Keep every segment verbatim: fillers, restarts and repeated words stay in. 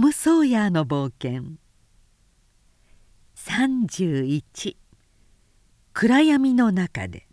ム・ソーヤーの冒険さんじゅういち暗闇の中で。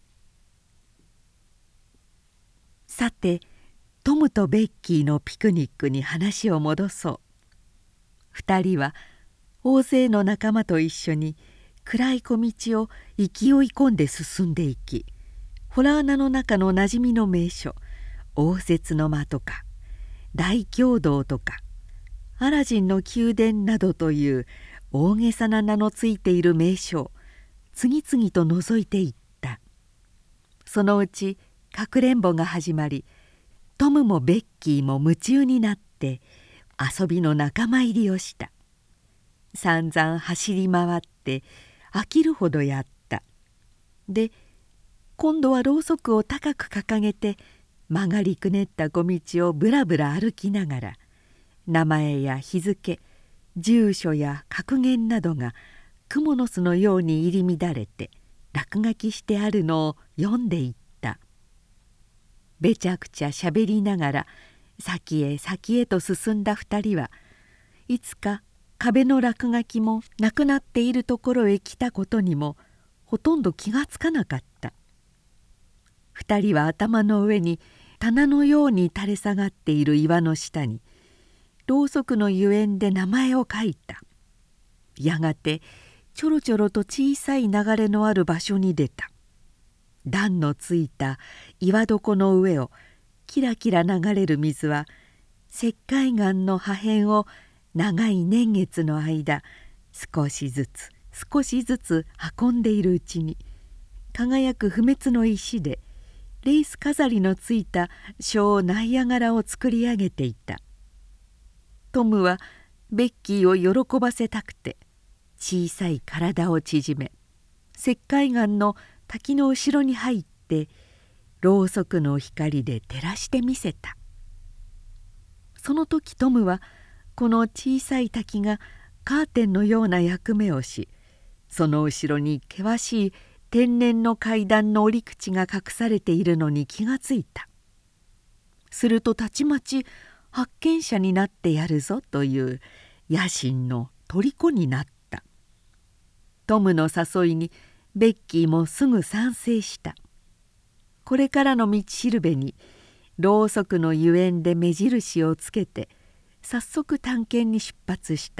さてトムとベッキーのピクニックに話を戻そう。二人は大勢の仲間と一緒に暗い小道を勢い込んで進んでいき、洞穴の中のなじみの名所応接の間とか大経堂とかアラジンの宮殿などという大げさな名のついている名所を次々と覗いていった。そのうちかくれんぼが始まり、トムもベッキーも夢中になって遊びの仲間入りをした。散々走り回って飽きるほどやった。で今度はろうそくを高く掲げて曲がりくねった小道をぶらぶら歩きながら、名前や日付、住所や格言などがクモの巣のように入り乱れて落書きしてあるのを読んでいった。べちゃくちゃしゃべりながら先へ先へと進んだ二人はいつか壁の落書きもなくなっているところへ来たことにもほとんど気がつかなかった。二人は頭の上に棚のように垂れ下がっている岩の下にろうそくの油煙で名前を書いた。やがてちょろちょろと小さい流れのある場所に出た。段のついた岩床の上をキラキラ流れる水は石灰岩の破片を長い年月の間少しずつ少しずつ運んでいるうちに輝く不滅の石でレース飾りのついた小ナイアガラを作り上げていた。トムはベッキーを喜ばせたくて小さい体を縮め、石灰岩の滝の後ろに入ってろうそくの光で照らしてみせた。その時トムはこの小さい滝がカーテンのような役目をし、その後ろに険しい天然の階段の折り口が隠されているのに気がついた。するとたちまち発見者になってやるぞという野心の虜になった。トムの誘いにベッキーもすぐ賛成した。これからの道しるべにろうそくの油煙で目印をつけて早速探検に出発した。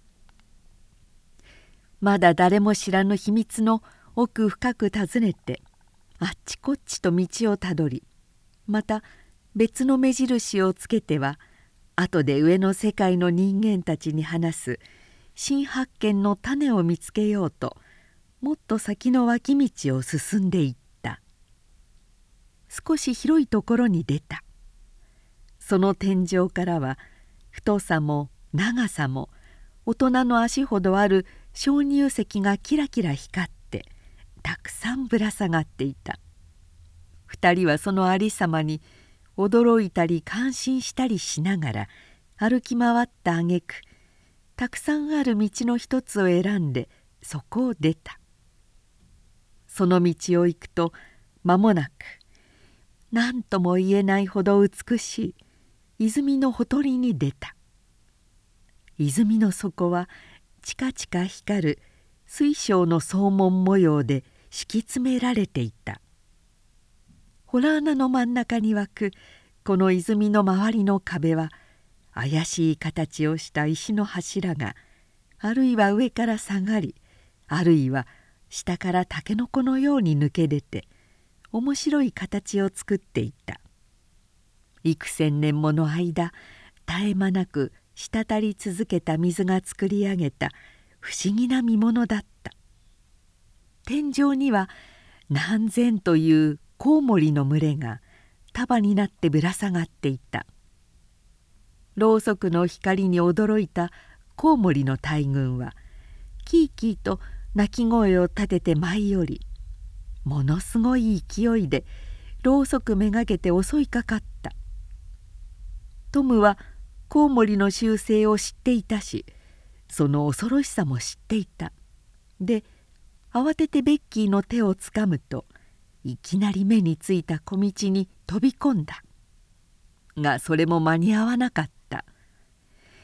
まだ誰も知らぬ秘密の奥深く訪ねてあっちこっちと道をたどり、また別の目印をつけては後で上の世界の人間たちに話す新発見の種を見つけようともっと先の脇道を進んでいった。少し広いところに出た。その天井からは太さも長さも大人の足ほどある鍾乳石がキラキラ光ってたくさんぶら下がっていた。二人はそのありさまに驚いたり感心したりしながら歩き回った挙句、たくさんある道の一つを選んでそこを出た。その道を行くと間もなく何とも言えないほど美しい泉のほとりに出た。泉の底はチカチカ光る水晶の双紋模様で敷き詰められていた。洞穴の真ん中に湧くこの泉の周りの壁は怪しい形をした石の柱があるいは上から下がり、あるいは下からタケノコのように抜け出て面白い形を作っていた。幾千年もの間絶え間なく滴り続けた水が作り上げた不思議な見物だった。天井には何千というコウモリの群れが束になってぶら下がっていた。ろうそくの光に驚いたコウモリの大群はキーキーと鳴き声を立てて舞い降り、ものすごい勢いでろうそくめがけて襲いかかった。トムはコウモリの習性を知っていたし、その恐ろしさも知っていた。で慌ててベッキーの手をつかむといきなり目についた小道に飛び込んだ。がそれも間に合わなかった。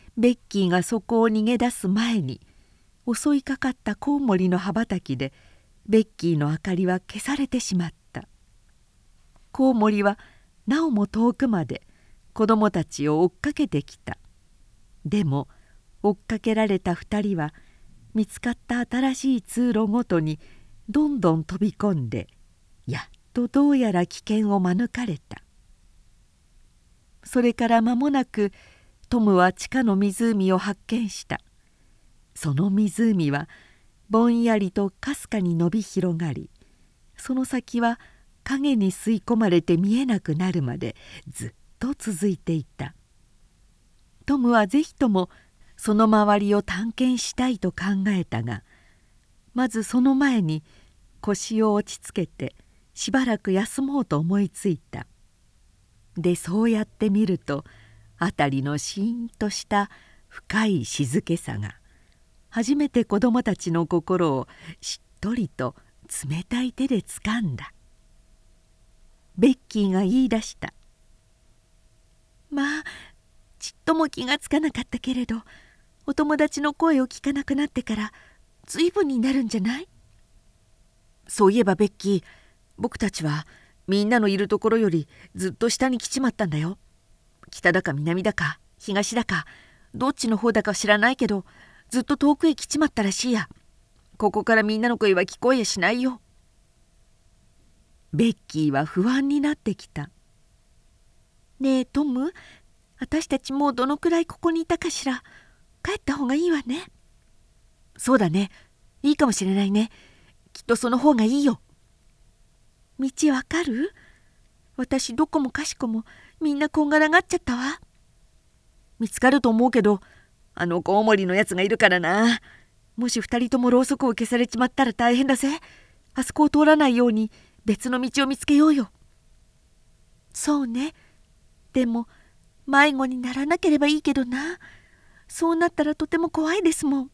ベッキーがそこを逃げ出す前に襲いかかったコウモリの羽ばたきでベッキーの明かりは消されてしまった。コウモリはなおも遠くまで子供たちを追っかけてきた。でも追っかけられた二人は見つかった新しい通路ごとにどんどん飛び込んで、やっとどうやら危険を免れた。それから間もなくトムは地下の湖を発見した。その湖はぼんやりとかすかに伸び広がり、その先は影に吸い込まれて見えなくなるまでずっと続いていた。トムはぜひともその周りを探検したいと考えたが、まずその前に腰を落ち着けてしばらく休もうと思いついた。でそうやって見ると辺りのシーンとした深い静けさが初めて子供たちの心をしっとりと冷たい手でつかんだ。ベッキーが言い出した。まあちっとも気がつかなかったけれど、お友達の声を聞かなくなってからずいぶんになるんじゃない？そういえばベッキー、僕たちはみんなのいるところよりずっと下に来ちまったんだよ。北だか南だか東だかどっちの方だか知らないけど、ずっと遠くへ来ちまったらしいや。ここからみんなの声は聞こえやしないよ。ベッキーは不安になってきた。ねえトム、私たちもうどのくらいここにいたかしら。帰った方がいいわね。そうだね、いいかもしれないね。きっとその方がいいよ。道わかる？私どこもかしこもみんなこんがらがっちゃったわ。見つかると思うけど、あのコウモリのやつがいるからな。もし二人ともろうそくを消されちまったら大変だぜ。あそこを通らないように別の道を見つけようよ。そうね。でも迷子にならなければいいけどな。そうなったらとても怖いですもん。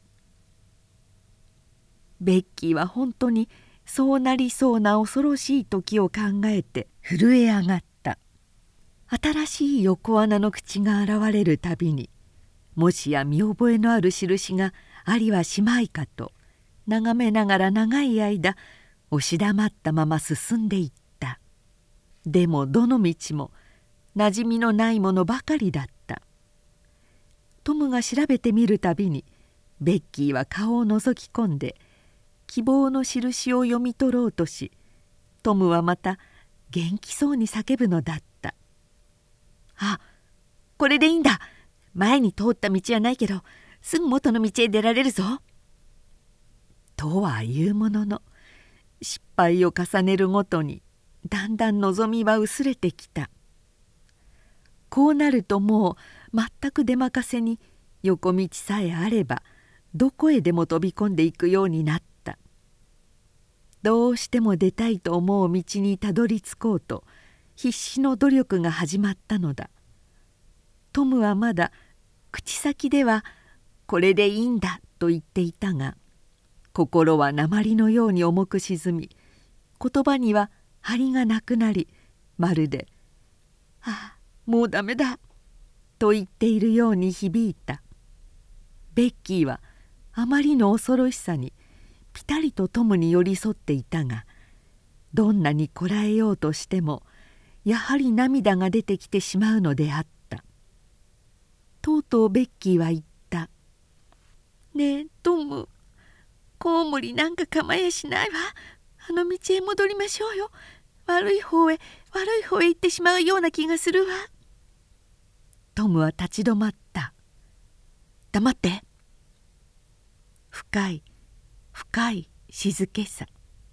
ベッキーは本当にそうなりそうな恐ろしい時を考えて震え上がった。新しい横穴の口が現れるたびに、もしや見覚えのある印がありはしまいかと眺めながら長い間押し黙ったまま進んでいった。でもどの道もなじみのないものばかりだった。トムが調べてみるたびにベッキーは顔を覗き込んで希望の印を読み取ろうとし、トムはまた元気そうに叫ぶのだった。あ、これでいいんだ。前に通った道はないけどすぐ元の道へ出られるぞ。とはいうものの、失敗を重ねるごとにだんだん望みは薄れてきた。こうなるともう全く出任せに横道さえあればどこへでも飛び込んでいくようになった。どうしても出たいと思う道にたどり着こうと必死の努力が始まったのだ。トムはまだ口先では「これでいいんだ」と言っていたが、心は鉛のように重く沈み、言葉には張りがなくなり、まるで「ああもうダメだ」と言っているように響いた。ベッキーはあまりの恐ろしさにぴたりとトムに寄り添っていたが、どんなにこらえようとしてもやはり涙が出てきてしまうのであった。とうとうベッキーは言った。ねえトム、コウモリなんか構えしないわ。あの道へ戻りましょうよ。悪い方へ悪い方へ行ってしまうような気がするわ。トムは立ち止まった。黙って。深い深い静けさ。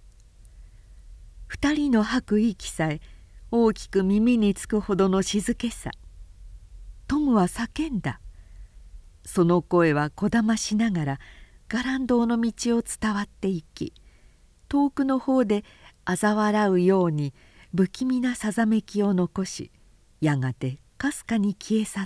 二人の吐く息さえ大きく耳につくほどの静けさ。トムは叫んだ。その声はこだましながら伽藍堂の道を伝わっていき、遠くの方で嘲笑うように不気味なさざめきを残し、やがてかすかに消え去った。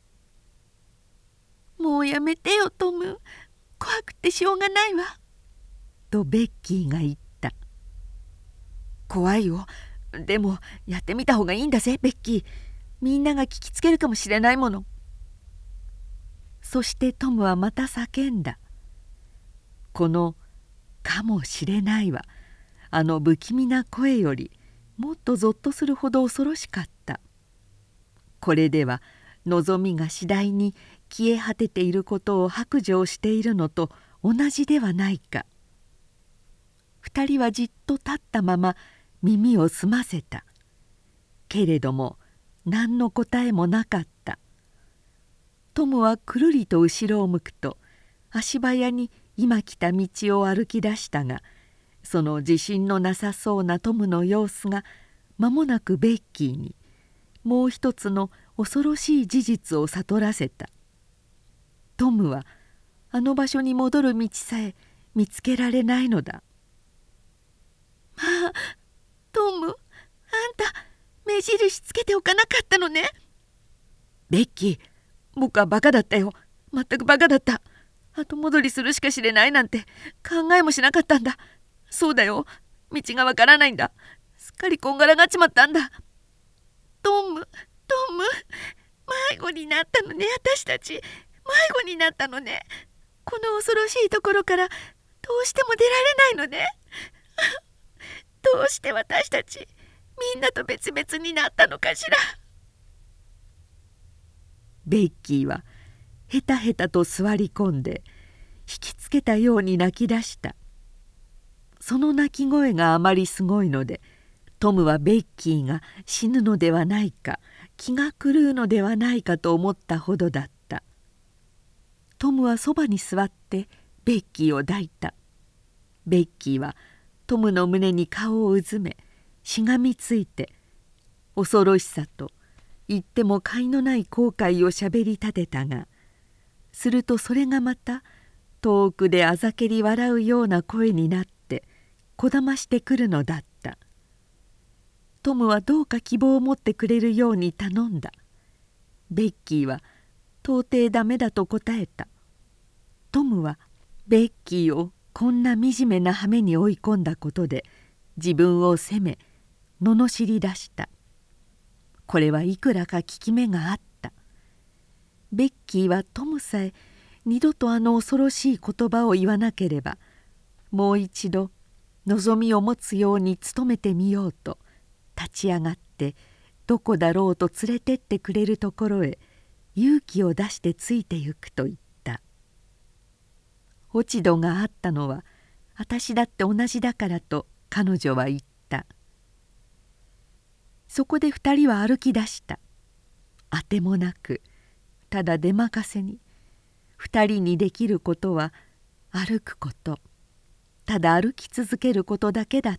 もうやめてよトム、怖くてしょうがないわ。とベッキーが言った。怖いよ。でもやってみた方がいいんだぜベッキー。みんなが聞きつけるかもしれないもの。 そしてトムはまた叫んだ。この「かもしれない」はあの不気味な声よりもっとぞっとするほど恐ろしかった。これでは望みが次第に消え果てていることを白状しているのと同じではないか。二人はじっと立ったまま耳を澄ませた。けれども何の答えもなかった。トムはくるりと後ろを向くと足早に今来た道を歩き出したが、その自信のなさそうなトムの様子が間もなくベッキーにもう一つの恐ろしい事実を悟らせた。トムはあの場所に戻る道さえ見つけられないのだ。まあ、トム、あんた目印つけておかなかったのね。ベッキー、僕はバカだったよ。全くバカだった。後戻りするしかしれないなんて考えもしなかったんだ。そうだよ、道がわからないんだ。すっかりこんがらがっちまったんだ。トム、トム、迷子になったのね。私たち迷子になったのね。この恐ろしいところからどうしても出られないのね。どうして私たちみんなと別々になったのかしら。ベッキーはヘタヘタと座り込んで引きつけたように泣き出した。その泣き声があまりすごいので、トムはベッキーが死ぬのではないか、気が狂うのではないかと思ったほどだった。トムはそばに座ってベッキーを抱いた。ベッキーはトムの胸に顔をうずめしがみついて、恐ろしさと言っても甲斐のない後悔をしゃべり立てたが、するとそれがまた遠くであざけり笑うような声になってこだましてくるのだった。トムはどうか希望を持ってくれるように頼んだ。ベッキーは到底ダメだと答えた。トムはベッキーをこんな惨めな羽目に追い込んだことで自分を責め罵り出した。これはいくらか効き目があった。ベッキーはトムさえ二度とあの恐ろしい言葉を言わなければもう一度望みを持つように努めてみようと立ち上がってどこだろうと連れてってくれるところへ勇気を出してついてゆくと言った。落ち度があったのは私だって同じだからと彼女は言った。そこで二人は歩き出した。あてもなくただ出まかせに二人にできることは歩くこと、ただ歩き続けることだけだった。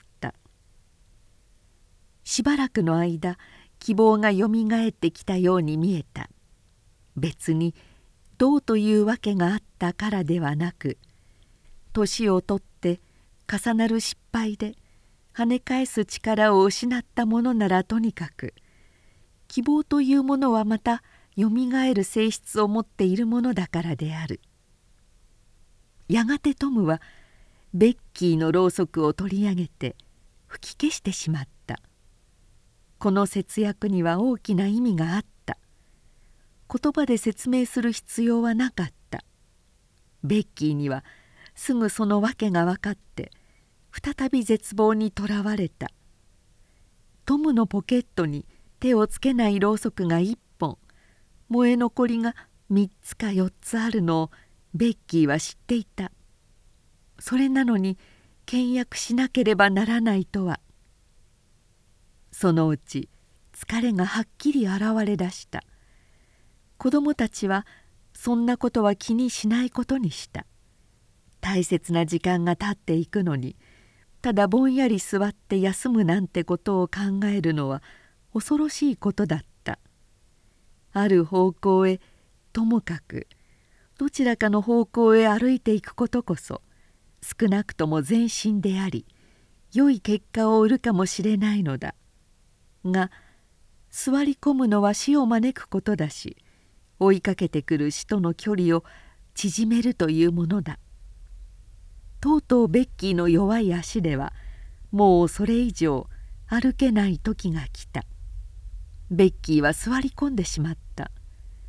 しばらくの間希望がよみがえってきたように見えた。別にどうというわけがあったからではなく、年をとって重なる失敗で跳ね返す力を失ったものならとにかく希望というものはまたよみがえる性質を持っているものだからである。やがてトムはベッキーのろうそくを取り上げて吹き消してしまった。この節約には大きな意味があった。言葉で説明する必要はなかった。ベッキーにはすぐその訳が分かって再び絶望にとらわれた。トムのポケットに手をつけないろうそくが一本、燃え残りが三つか四つあるのをベッキーは知っていた。それなのに倹約しなければならないとは。そのうち疲れがはっきり現れだした。子供たちはそんなことは気にしないことにした。大切な時間が経っていくのにただぼんやり座って休むなんてことを考えるのは恐ろしいことだった。ある方向へともかくどちらかの方向へ歩いていくことこそ少なくとも前進であり良い結果を得るかもしれないのだが、座り込むのは死を招くことだし、追いかけてくる死との距離を縮めるというものだ。とうとうベッキーの弱い足ではもうそれ以上歩けない時が来た。ベッキーは座り込んでしまった。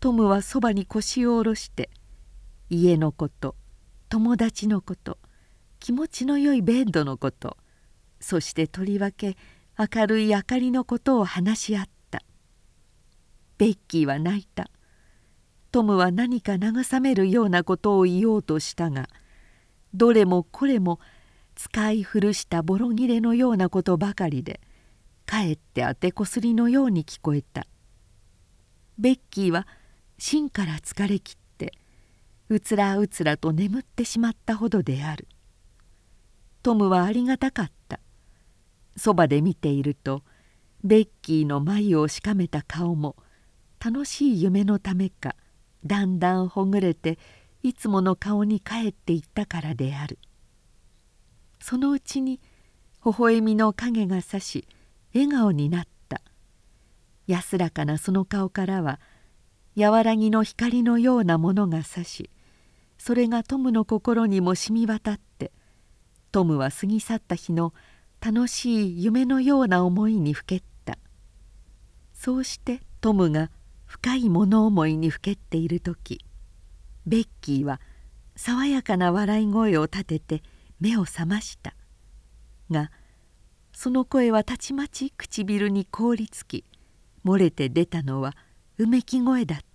トムはそばに腰を下ろして家のこと、友達のこと、気持ちのよいベッドのこと、そしてとりわけ明るい明かりのことを話し合った。ベッキーは泣いた。トムは何か慰めるようなことを言おうとしたが、どれもこれも使い古したボロ切れのようなことばかりで、かえって当てこすりのように聞こえた。ベッキーは芯から疲れきってうつらうつらと眠ってしまったほどである。トムはありがたかった。そばで見ているとベッキーの眉をしかめた顔も楽しい夢のためかだんだんほぐれていつもの顔に帰っていったからである。そのうちに微笑みの影がさし笑顔になった。安らかなその顔からは和らぎの光のようなものがさし、それがトムの心にも染み渡って、トムは過ぎ去った日の楽しい夢のような思いにふけった。そうしてトムが深い物思いにふけっている時、ベッキーは爽やかな笑い声を立てて目を覚ました。がその声はたちまち唇に凍りつき、漏れて出たのはうめき声だった。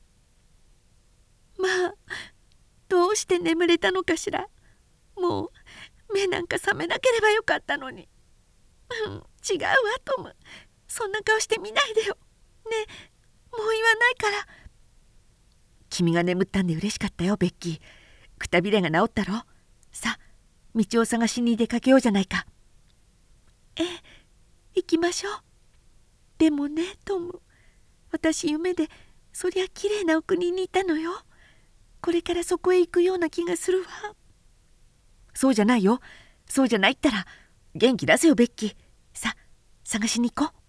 まあどうして眠れたのかしら。もう目なんか覚めなければよかったのに。うん、違うわトム、そんな顔してみないでよ。ねえ、もう言わないから。君が眠ったんで嬉しかったよベッキー。くたびれが治ったろ。さあ道を探しに出かけようじゃないか。ええ、行きましょう。でもねトム、私夢でそりゃきれいなお国にいたのよ。これからそこへ行くような気がするわ。そうじゃないよ、そうじゃないったら元気出せよベッキー。さあ探しに行こう。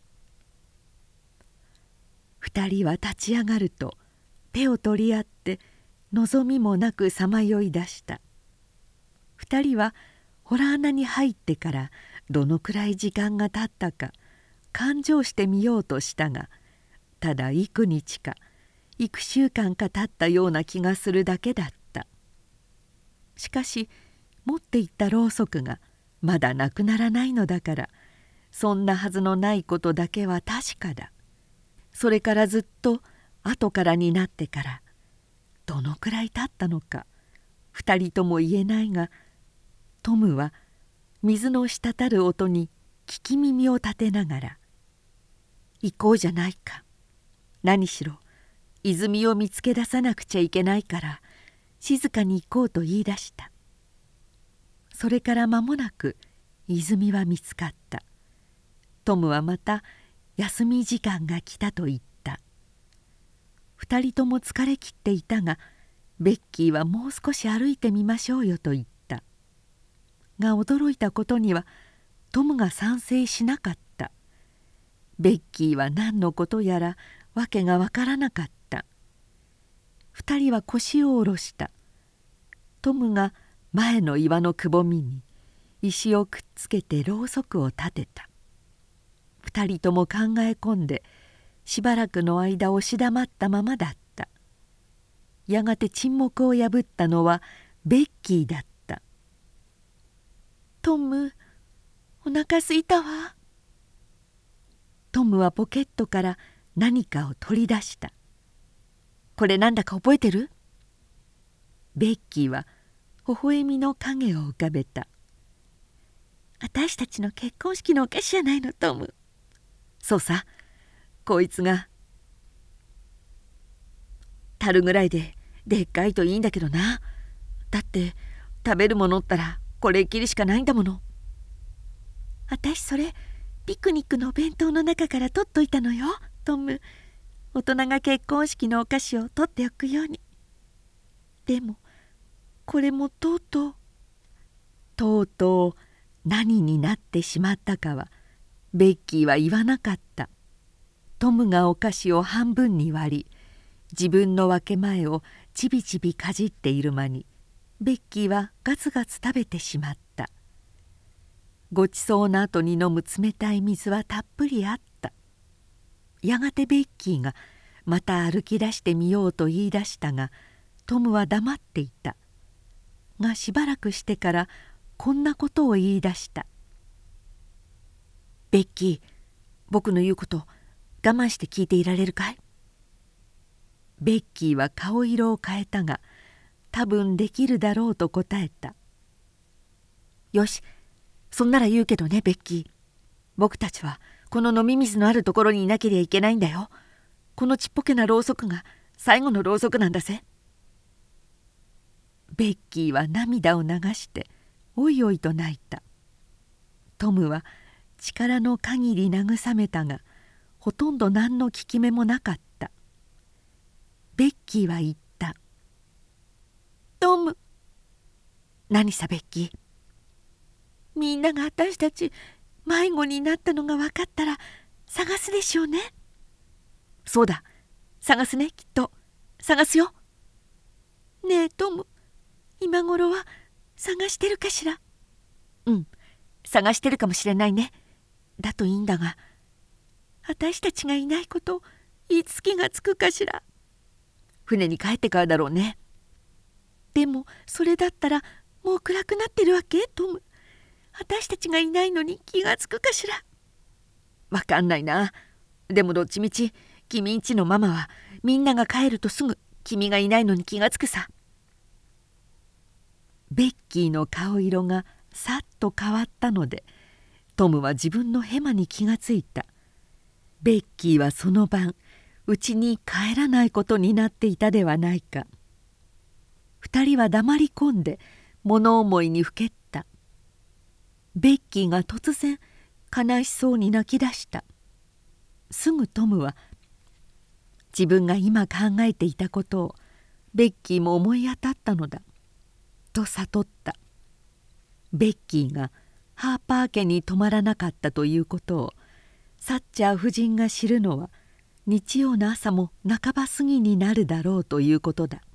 二人は立ち上がると手を取り合って望みもなくさまよい出した。二人は洞穴に入ってからどのくらい時間が経ったか勘定してみようとしたが、ただ幾日か幾週間か経ったような気がするだけだった。しかし持っていったろうそくがまだなくならないのだから、そんなはずのないことだけは確かだ。それからずっと後からになってからどのくらい経ったのか二人とも言えないが、トムは水の滴る音に聞き耳を立てながら「行こうじゃないか。何しろ泉を見つけ出さなくちゃいけないから静かに行こう」と言い出した。それから間もなく泉は見つかった。トムはまた休み時間が来たと言った。二人とも疲れきっていたが、ベッキーはもう少し歩いてみましょうよと言った。が驚いたことにはトムが賛成しなかった。ベッキーは何のことやらわけがわからなかった。二人は腰を下ろした。トムが前の岩のくぼみに石をくっつけてろうそくを立てた。二人とも考え込んでしばらくの間押し黙ったままだった。やがて沈黙を破ったのはベッキーだった。「トム、お腹すいたわ。」トムはポケットから何かを取り出した。「これなんだか覚えてる？」ベッキーは微笑みの影を浮かべた。「私たちの結婚式のお菓子じゃないのトム。」そうさ、こいつが樽ぐらいででっかいといいんだけどな。だって食べるものったらこれっきりしかないんだもの。私それピクニックのお弁当の中から取っといたのよトム。大人が結婚式のお菓子を取っておくように。でもこれもとうとうとうとう何になってしまったかはベッキーは言わなかった。トムがお菓子を半分に割り自分の分け前をちびちびかじっている間にベッキーはガツガツ食べてしまった。ごちそうの後に飲む冷たい水はたっぷりあった。やがてベッキーがまた歩き出してみようと言い出したが、トムは黙っていた。がしばらくしてからこんなことを言い出した。ベッキー、僕の言うこと我慢して聞いていられるかい？ベッキーは顔色を変えたが、多分できるだろうと答えた。よし、そんなら言うけどね、ベッキー。僕たちはこの飲み水のあるところにいなければいけないんだよ。このちっぽけなろうそくが最後のろうそくなんだぜ。ベッキーは涙を流しておいおいと泣いた。トムは力の限り慰めたが、ほとんど何の効き目もなかった。ベッキーは言った。トム。何さベッキー。みんなが私たち迷子になったのが分かったら探すでしょうね。そうだ、探すね、きっと探すよ。ねえトム、今頃は探してるかしら。うん、探してるかもしれないね。だといいんだが、私たちがいないこといつ気がつくかしら。船に帰ってからだろうね。でもそれだったらもう暗くなってるわけトム。私たちがいないのに気がつくかしら。わかんないな。でもどっちみち君んちのママはみんなが帰るとすぐ君がいないのに気がつくさ。ベッキーの顔色がさっと変わったので、トムは自分のヘマに気がついた。ベッキーはその晩うちに帰らないことになっていたではないか。二人は黙り込んで物思いにふけった。ベッキーが突然悲しそうに泣き出した。すぐトムは自分が今考えていたことをベッキーも思い当たったのだと悟った。ベッキーがハーパー家に泊まらなかったということをサッチャー夫人が知るのは日曜の朝も半ば過ぎになるだろうということだ。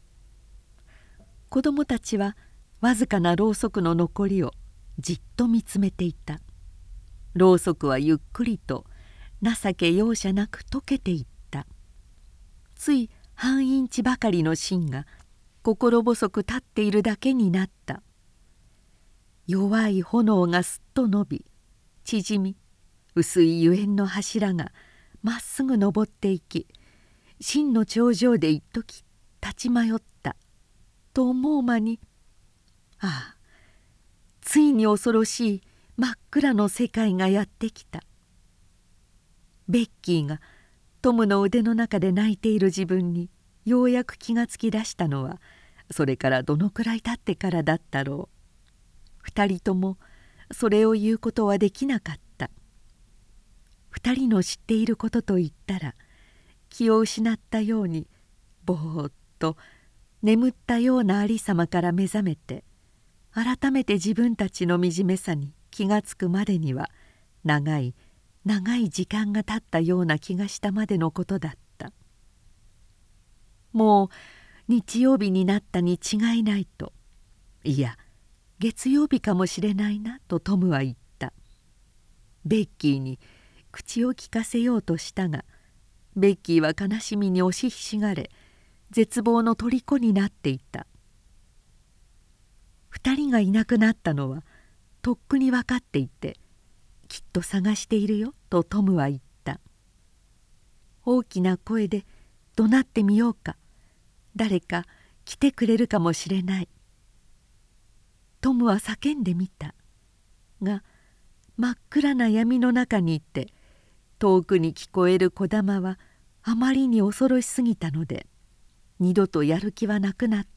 子供たちはわずかなろうそくの残りをじっと見つめていた。ろうそくはゆっくりと情け容赦なく溶けていった。つい半インチばかりの芯が心細く立っているだけになった。弱い炎がすっと伸び縮み、薄い油煙の柱がまっすぐ登っていき、芯の頂上で一時立ち迷ったと思う間に、ああ、ついに恐ろしい真っ暗の世界がやってきた。ベッキーがトムの腕の中で泣いている自分にようやく気がつき出したのは、それからどのくらい経ってからだったろう。二人ともそれを言うことはできなかった。二人の知っていることといったら、気を失ったようにぼーっと眠ったようなありさまから目覚めて、改めて自分たちの惨めさに気がつくまでには長い長い時間が経ったような気がしたまでのことだった。もう日曜日になったに違いないと、いや月曜日かもしれないなとトムは言った。ベッキーに口を聞かせようとしたが、ベッキーは悲しみに押しひしがれ絶望の虜になっていた。二人がいなくなったのはとっくに分かっていて、きっと探しているよとトムは言った。大きな声で怒鳴ってみようか。誰か来てくれるかもしれない。トムは叫んでみたが、真っ暗な闇の中にいて遠くに聞こえる小玉はあまりに恐ろしすぎたので、二度とやる気はなくなった。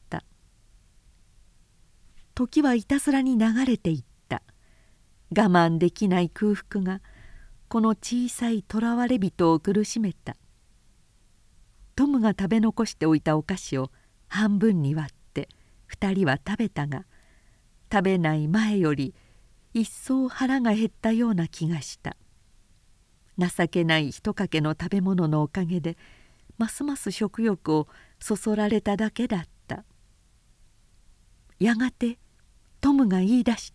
時はいたずらに流れていった。我慢できない空腹がこの小さい囚われ人を苦しめた。トムが食べ残しておいたお菓子を半分に割って二人は食べたが、食べない前より一層腹が減ったような気がした。情けない一かけの食べ物のおかげでますます食欲をそそられただけだった。やがてトムが言い出した。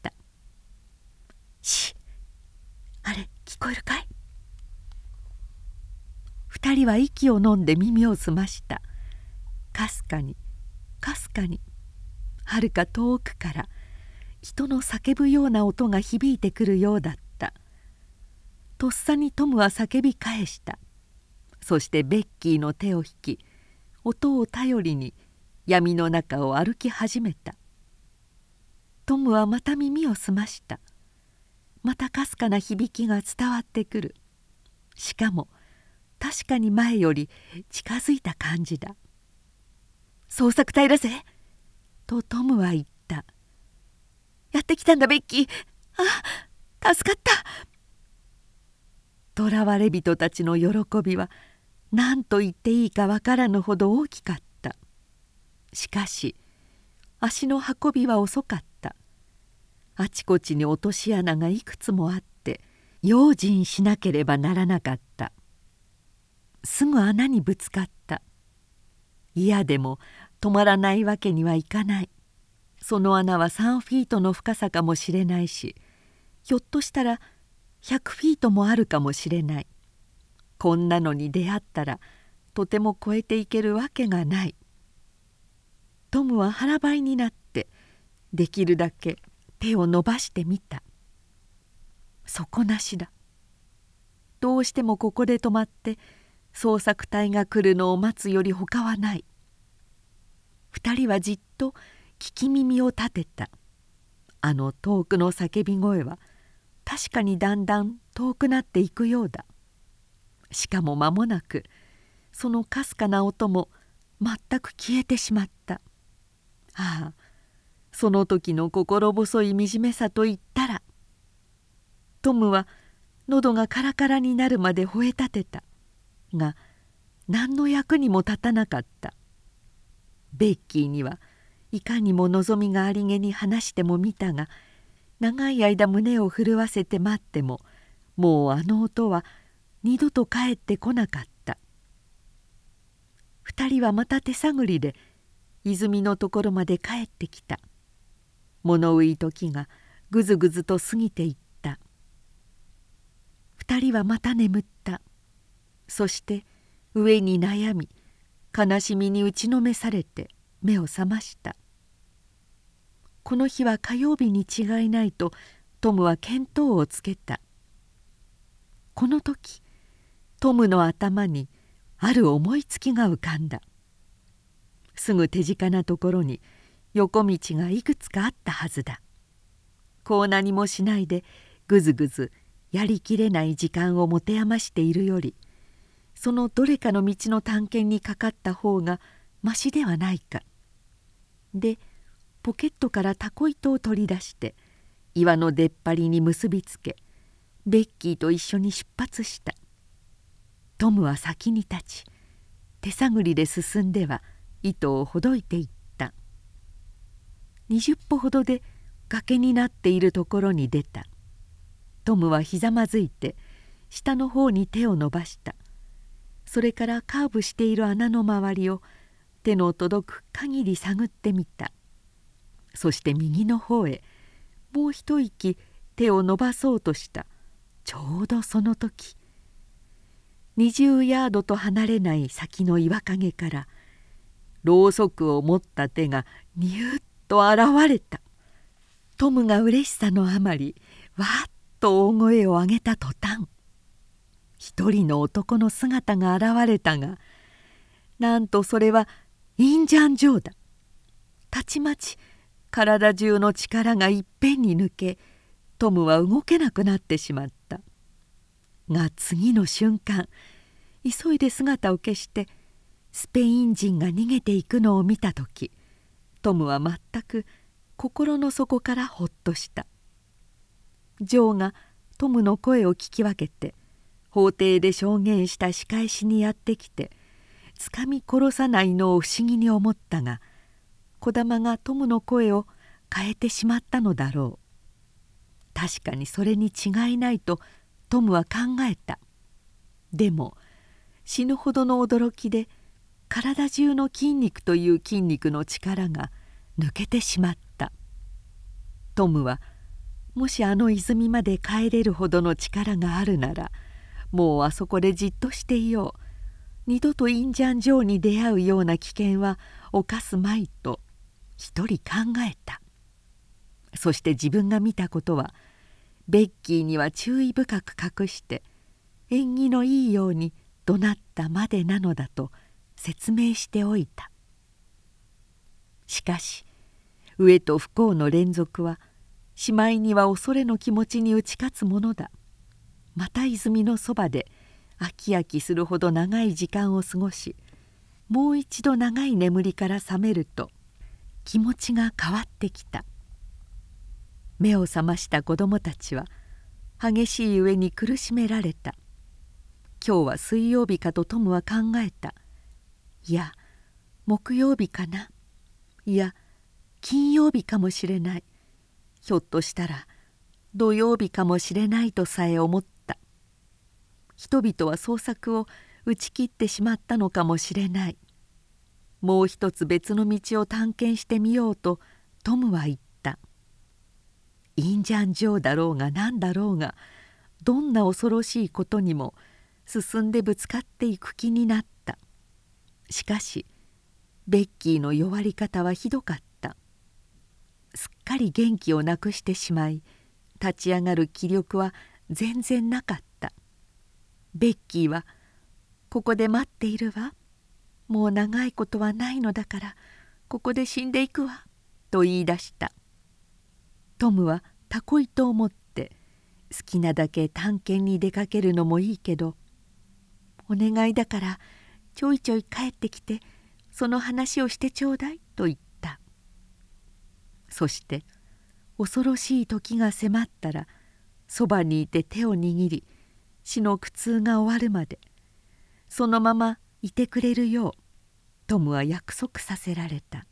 し、あれ聞こえるかい？ 二人は息を飲んで耳を澄ました。かすかにかすかにはるか遠くから人の叫ぶような音が響いてくるようだった。とっさにトムは叫び返した。そしてベッキーの手を引き、音を頼りに闇の中を歩き始めた。トムはまた耳を澄ました。またかすかな響きが伝わってくる。しかも確かに前より近づいた感じだ。捜索隊だぜとトムは言った。やってきたんだベッキー。あ、助かった。囚われ人たちの喜びは何と言っていいかわからぬほど大きかった。しかし足の運びは遅かった。あちこちに落とし穴がいくつもあって用心しなければならなかった。すぐ穴にぶつかった。嫌でも止まらないわけにはいかない。その穴はさんフィートの深さかもしれないし、ひょっとしたらひゃくフィートもあるかもしれない。こんなのに出会ったらとても越えていけるわけがない。トムは腹ばいになってできるだけ手を伸ばしてみた。底なしだ。どうしてもここで止まって捜索隊が来るのを待つよりほかはない。二人はじっと聞き耳を立てた。あの遠くの叫び声は確かにだんだん遠くなっていくようだ。しかも間もなくそのかすかな音も全く消えてしまった。ああ、その時の心細い惨めさといったら。トムは喉がカラカラになるまで吠え立てたが何の役にも立たなかった。ベッキーにはいかにも望みがありげに話してもみたが、長い間胸を震わせて待ってももうあの音は二度と帰ってこなかった。二人はまた手探りで泉のところまで帰ってきた。物憂い時がぐずぐずと過ぎていった。二人はまた眠った。そして上に悩み悲しみに打ちのめされて目を覚ました。この日は火曜日に違いないとトムは見当をつけた。この時トムの頭にある思いつきが浮かんだ。すぐ手近なところに横道がいくつかあったはずだ。こう何もしないでぐずぐずやりきれない時間を持て余しているより、そのどれかの道の探検にかかった方がましではないか。でポケットからタコ糸を取り出して岩の出っ張りに結びつけ、ベッキーと一緒に出発した。トムは先に立ち手探りで進んでは糸をほどいていった。にじゅっぽほどで崖になっているところに出た。トムはひざまずいて下の方に手を伸ばした。それからカーブしている穴の周りを手の届く限り探ってみた。そして右の方へもう一息手を伸ばそうとしたちょうどその時、にじゅうヤードと離れない先の岩陰からろうそくを持った手がにゅっと現れた。トムがうれしさのあまりわっと大声を上げた途端、一人の男の姿が現れたが、なんとそれはインジャン・ジョーだ。たちまち体中の力がいっぺんに抜け、トムは動けなくなってしまった。が次の瞬間、急いで姿を消してスペイン人が逃げていくのを見た時、トムは全く心の底からほっとした。ジョーがトムの声を聞き分けて法廷で証言した仕返しにやってきてつかみ殺さないのを不思議に思ったが、児玉がトムの声を変えてしまったのだろう。確かにそれに違いないとトムは考えた。でも死ぬほどの驚きで体中の筋肉という筋肉の力が抜けてしまった。トムはもしあの泉まで帰れるほどの力があるならもうあそこでじっとしていよう、 二度とインジャン・ジョーに出会うような危険は冒すまいと一人考えた。そして自分が見たことはベッキーには注意深く隠して縁起のいいように怒鳴ったまでなのだと説明しておいた。しかし飢えと不幸の連続はしまいには恐れの気持ちに打ち勝つものだ。また泉のそばで飽き飽きするほど長い時間を過ごし、もう一度長い眠りから覚めると気持ちが変わってきた。目を覚ました子供たちは激しい上に苦しめられた。今日は水曜日かとトムは考えた。いや木曜日かな、いや金曜日かもしれない、ひょっとしたら土曜日かもしれないとさえ思った。人々は捜索を打ち切ってしまったのかもしれない。もう一つ別の道を探検してみようとトムは言った。インジャン・ジョーだろうが何だろうが、どんな恐ろしいことにも進んでぶつかっていく気になった。しかしベッキーの弱り方はひどかった。すっかり元気をなくしてしまい、立ち上がる気力は全然なかった。ベッキーは「ここで待っているわ。もう長いことはないのだからここで死んでいくわ」と言い出した。トムはたこ糸を持って好きなだけ探検に出かけるのもいいけど、お願いだからちょいちょい帰ってきてその話をしてちょうだいと言った。そして恐ろしい時が迫ったらそばにいて手を握り、死の苦痛が終わるまでそのままいてくれるようトムは約束させられた。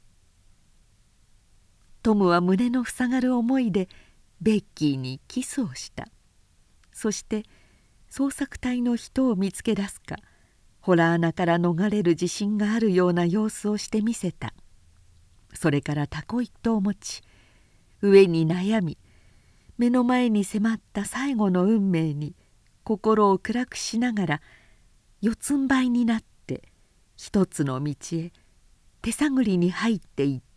トムは胸の塞がる思いでベッキーにキスをした。そして捜索隊の人を見つけ出すか洞穴から逃れる自信があるような様子をしてみせた。それからタコ糸を持ち飢えに悩み、目の前に迫った最後の運命に心を暗くしながら四つん這いになって一つの道へ手探りに入っていった。